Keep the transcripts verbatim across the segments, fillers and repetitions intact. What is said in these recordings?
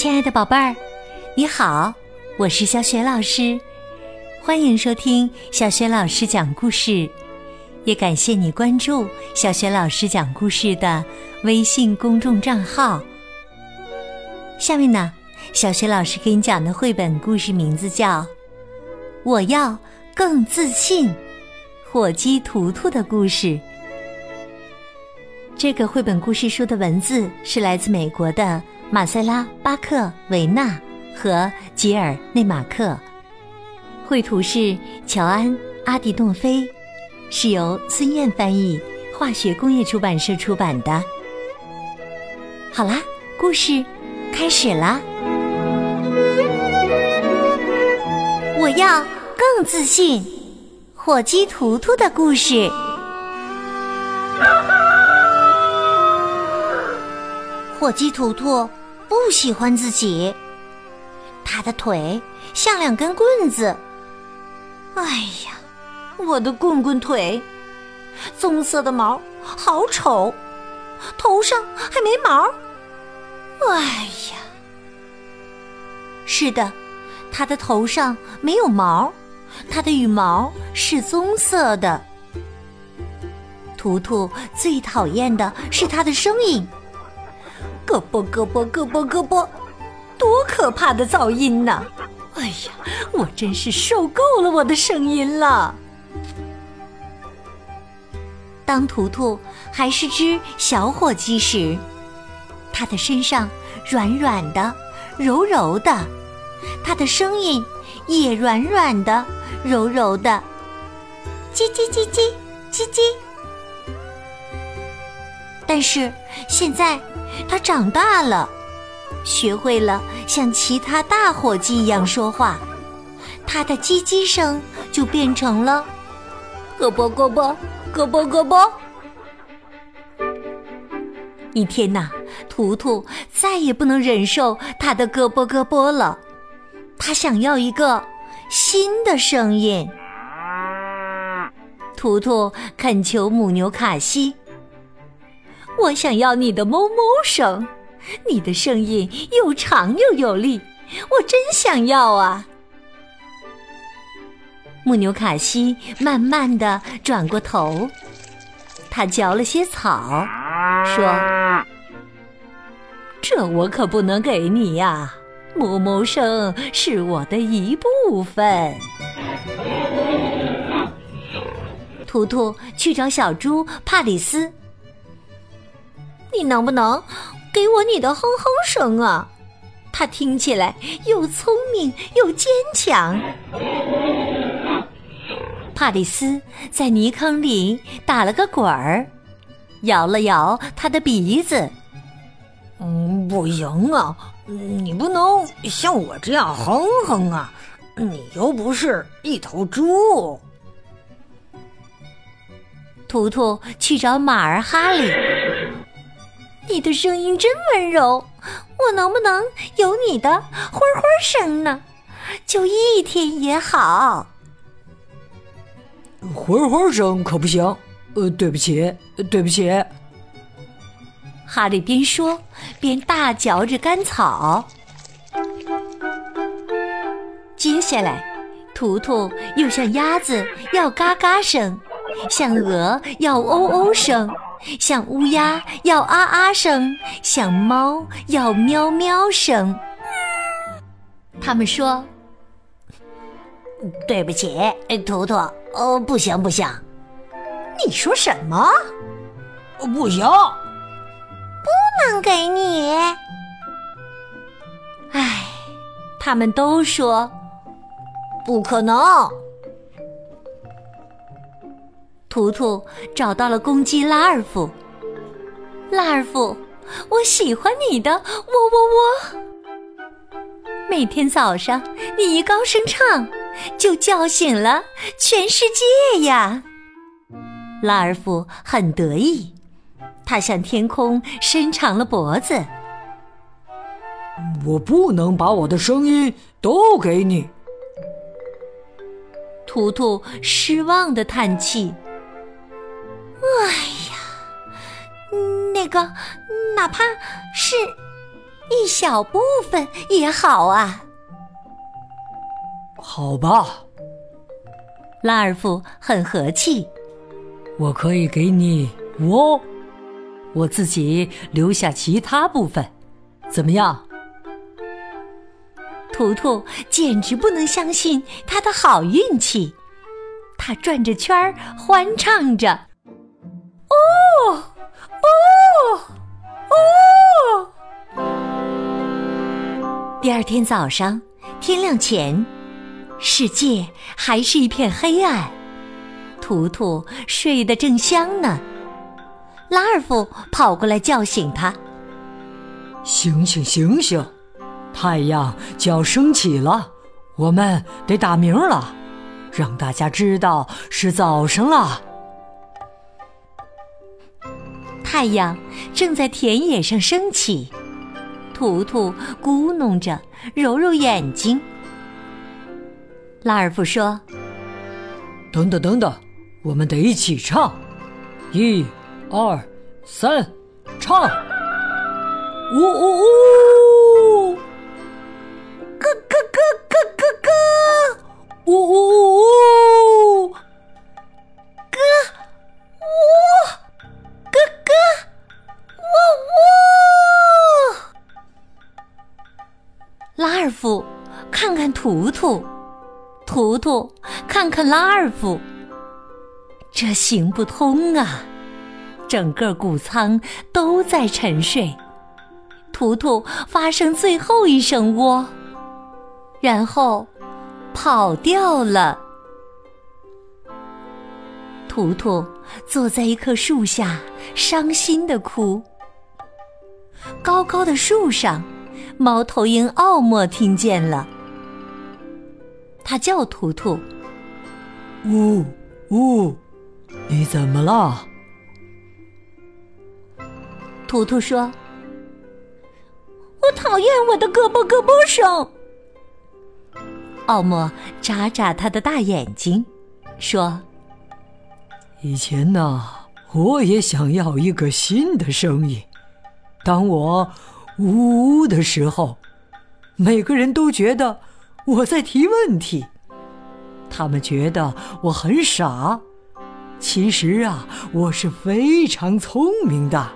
亲爱的宝贝儿，你好，我是小雪老师，欢迎收听小雪老师讲故事，也感谢你关注小雪老师讲故事的微信公众账号。下面呢，小雪老师给你讲的绘本故事名字叫《我要更自信》，火鸡图图的故事。这个绘本故事书的文字是来自美国的马塞拉·巴克维纳和吉尔内马克，绘图是乔安·阿迪诺菲，是由孙燕翻译，化学工业出版社出版的。好啦，故事开始啦！我要更自信，火鸡图图的故事。火鸡图图不喜欢自己，他的腿像两根棍子。哎呀，我的棍棍腿，棕色的毛好丑，头上还没毛。哎呀，是的，他的头上没有毛，他的羽毛是棕色的。图图最讨厌的是他的声音，咯啵咯啵咯啵咯啵，多可怕的噪音呢！哎呀，我真是受够了我的声音了。当图图还是只小火鸡时，他的身上软软的、柔柔的，他的声音也软软的、柔柔的，叽叽叽叽叽叽。但是现在他长大了，学会了像其他大火鸡一样说话，他的叽叽声就变成了咯啵咯啵咯啵咯啵。一天呐，图图再也不能忍受他的咯啵咯啵了，他想要一个新的声音。图图恳求母牛卡西，我想要你的哞哞声，你的声音又长又有力，我真想要啊！母牛卡西慢慢地转过头，他嚼了些草，说：“这我可不能给你呀，哞哞声是我的一部分。”图图去找小猪帕里斯，你能不能给我你的哼哼声啊？它听起来又聪明又坚强。帕里斯在泥坑里打了个滚儿，摇了摇他的鼻子。 嗯，不行啊，你不能像我这样哼哼啊，你又不是一头猪。 图图去找马儿哈利，你的声音真温柔，我能不能有你的灰灰声呢？就一天也好。 灰灰声可不行，呃，对不起，对不起。 哈利边说边大嚼着干草。接下来，图图又像鸭子要嘎嘎声，像鹅要喔喔声，像乌鸦要啊啊声，像猫要喵喵声。他们说：“对不起，图图，哦，不行不行。”你说什么？ 不行， 不能给你。唉，他们都说不可能。图图找到了公鸡拉尔夫，拉尔夫，我喜欢你的喔喔喔。每天早上你一高声唱，就叫醒了全世界呀。拉尔夫很得意，他向天空伸长了脖子。 我不能把我的声音都给你。 图图失望地叹气。哎呀，那个哪怕是一小部分也好啊。 好吧， 拉尔夫很和气。 我可以给你我，我自己留下其他部分，怎么样？ 图图简直不能相信他的好运气，他转着圈儿欢唱着：哦哦哦！第二天早上，天亮前，世界还是一片黑暗，图图睡得正香呢。拉尔夫跑过来叫醒他： 醒醒醒醒，太阳就要升起了，我们得打鸣了，让大家知道是早上了。 太阳正在田野上升起，图图咕哝着，揉揉眼睛。拉尔夫说： 等等等等，我们得一起唱，一二三，唱！呜呜呜！ 咯咯咯咯咯咯！ 呜呜呜呜！ 咯呜咯咯呜呜！ 拉尔夫看看图图，图图看看拉尔夫，这行不通啊！整个谷仓都在沉睡，图图发生最后一声喔，然后跑掉了。图图坐在一棵树下，伤心地哭。高高的树上，猫头鹰奥莫听见了，他叫图图： 呜呜，你怎么了？ 图图说：我讨厌我的胳膊胳膊声。奥莫眨眨他的大眼睛，说： 以前呢，我也想要一个新的声音。当我呜呜的时候，每个人都觉得我在提问题，他们觉得我很傻。其实啊，我是非常聪明的。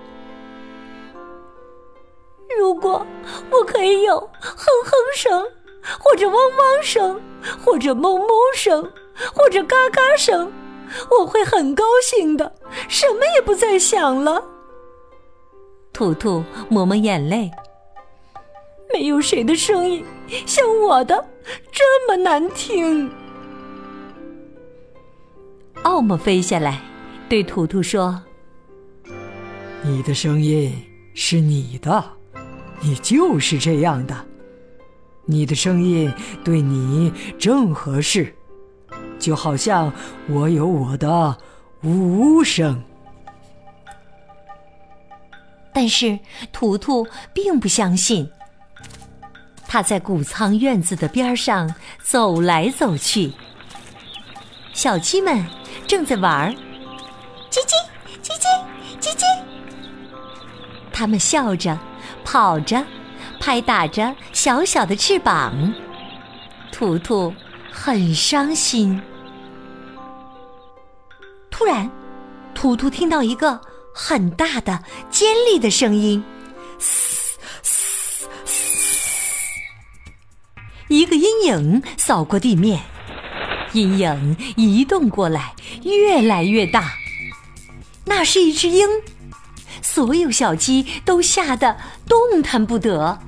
如果我可以有哼哼声，或者汪汪声，或者哞哞声，或者嘎嘎声，我会很高兴的，什么也不再想了。图图抹抹眼泪，没有谁的声音像我的这么难听。奥莫飞下来，对图图说： 你的声音是你的，你就是这样的，你的声音对你正合适，就好像我有我的呜呜声。 但是图图并不相信，他在谷仓院子的边上走来走去，小鸡们正在玩，叽叽叽叽叽叽，他们笑着跑着，拍打着小小的翅膀。图图很伤心。突然，图图听到一个很大的尖利的声音，嘶嘶嘶，一个阴影扫过地面，阴影移动过来，越来越大。那是一只鹰，所有小鸡都吓得动弹不得。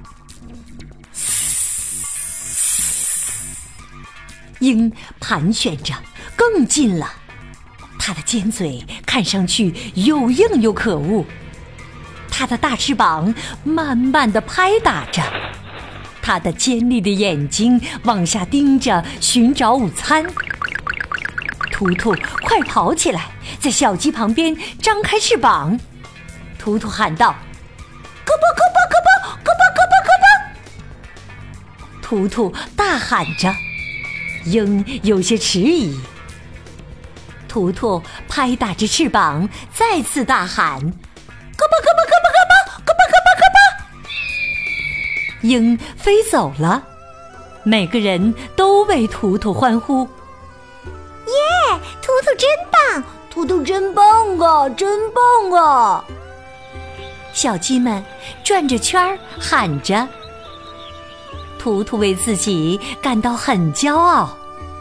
鹰盘旋着，更近了。它的尖嘴看上去又硬又可恶，它的大翅膀慢慢地拍打着，它的尖利的眼睛往下盯着，寻找午餐。图图快跑起来，在小鸡旁边张开翅膀。图图喊道：咯啵咯啵咯啵咯啵咯啵咯啵。图图大喊着，鹰有些迟疑。图图拍打着翅膀，再次大喊：咯啵咯啵咯啵咯啵咯啵咯啵咯啵。 鹰飞走了，每个人都为图图欢呼。 耶，图图真棒，图图真棒啊，真棒啊！ 小鸡们转着圈儿喊着。图图为自己感到很骄傲。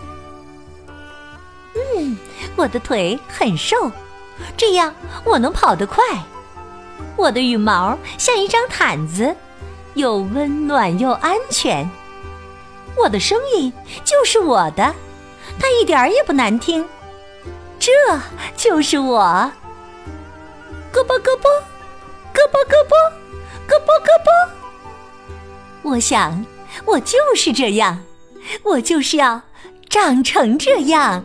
嗯，我的腿很瘦，这样我能跑得快。我的羽毛像一张毯子，又温暖又安全。我的声音就是我的，它一点儿也不难听。这就是我。咯啵咯啵，咯啵咯啵，咯啵咯啵。我想，我就是这样，我就是要长成这样。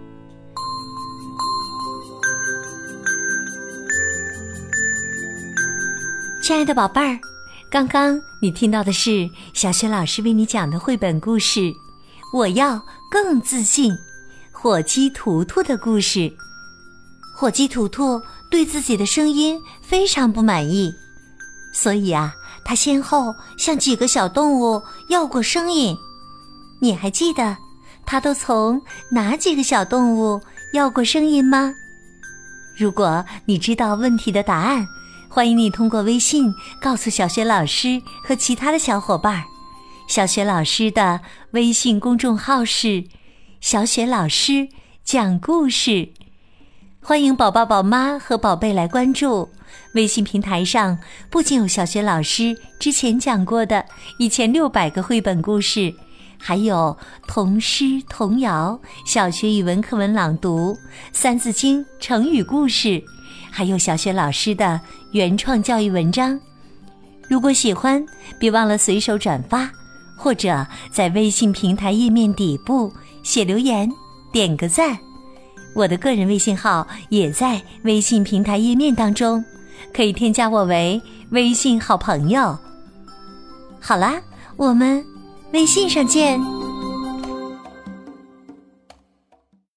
亲爱的宝贝儿，刚刚你听到的是小雪老师为你讲的绘本故事《我要更自信》，火鸡图图的故事。火鸡图图对自己的声音非常不满意，所以啊，他先后向几个小动物要过声音。你还记得他都从哪几个小动物要过声音吗？如果你知道问题的答案，欢迎你通过微信告诉小雪老师和其他的小伙伴。小雪老师的微信公众号是小雪老师讲故事，欢迎宝宝宝妈和宝贝来关注。微信平台上不仅有小雪老师之前讲过的一千六百个绘本故事，还有童诗童谣、小学语文课文朗读、三字经成语故事，还有小雪老师的原创教育文章。如果喜欢，别忘了随手转发，或者在微信平台页面底部写留言点个赞。我的个人微信号也在微信平台页面当中，可以添加我为微信好朋友。好啦，我们微信上见。